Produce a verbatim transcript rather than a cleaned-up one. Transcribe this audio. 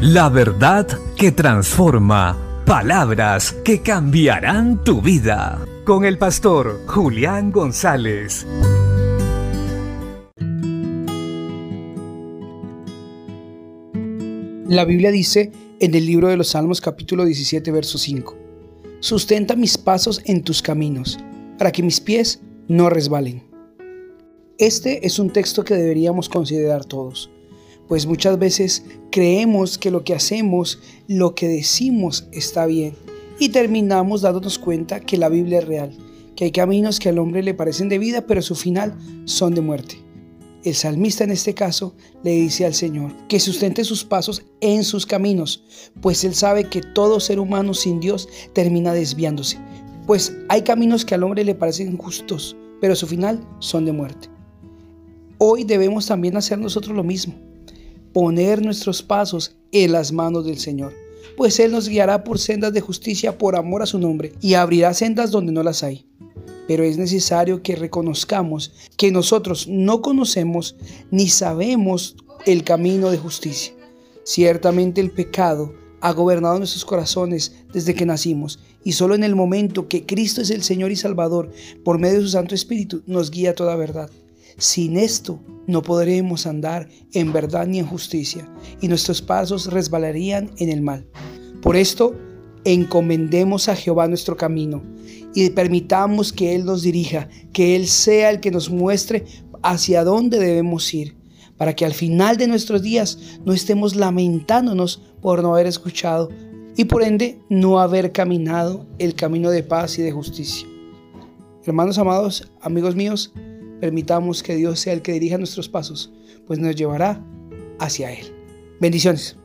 La verdad que transforma. Palabras que cambiarán tu vida. Con el pastor Julián González. La Biblia dice en el libro de los Salmos capítulo diecisiete verso cinco: sustenta mis pasos en tus caminos, para que mis pies no resbalen. Este es un texto que deberíamos considerar todos, pues muchas veces creemos que lo que hacemos, lo que decimos está bien, y terminamos dándonos cuenta que la Biblia es real, que hay caminos que al hombre le parecen de vida, pero su final son de muerte. El salmista en este caso le dice al Señor que sustente sus pasos en sus caminos, pues él sabe que todo ser humano sin Dios termina desviándose, pues hay caminos que al hombre le parecen justos, pero su final son de muerte. Hoy debemos también hacer nosotros lo mismo, poner nuestros pasos en las manos del Señor, pues Él nos guiará por sendas de justicia por amor a su nombre y abrirá sendas donde no las hay. Pero es necesario que reconozcamos que nosotros no conocemos ni sabemos el camino de justicia. Ciertamente el pecado ha gobernado nuestros corazones desde que nacimos, y solo en el momento que Cristo es el Señor y Salvador, por medio de su Santo Espíritu, nos guía a toda verdad. Sin esto no podremos andar en verdad ni en justicia, y nuestros pasos resbalarían en el mal. Por esto, encomendemos a Jehová nuestro camino y permitamos que Él nos dirija, que Él sea el que nos muestre hacia dónde debemos ir, para que al final de nuestros días no estemos lamentándonos por no haber escuchado y por ende no haber caminado el camino de paz y de justicia. Hermanos amados, amigos míos, permitamos que Dios sea el que dirija nuestros pasos, pues nos llevará hacia Él. Bendiciones.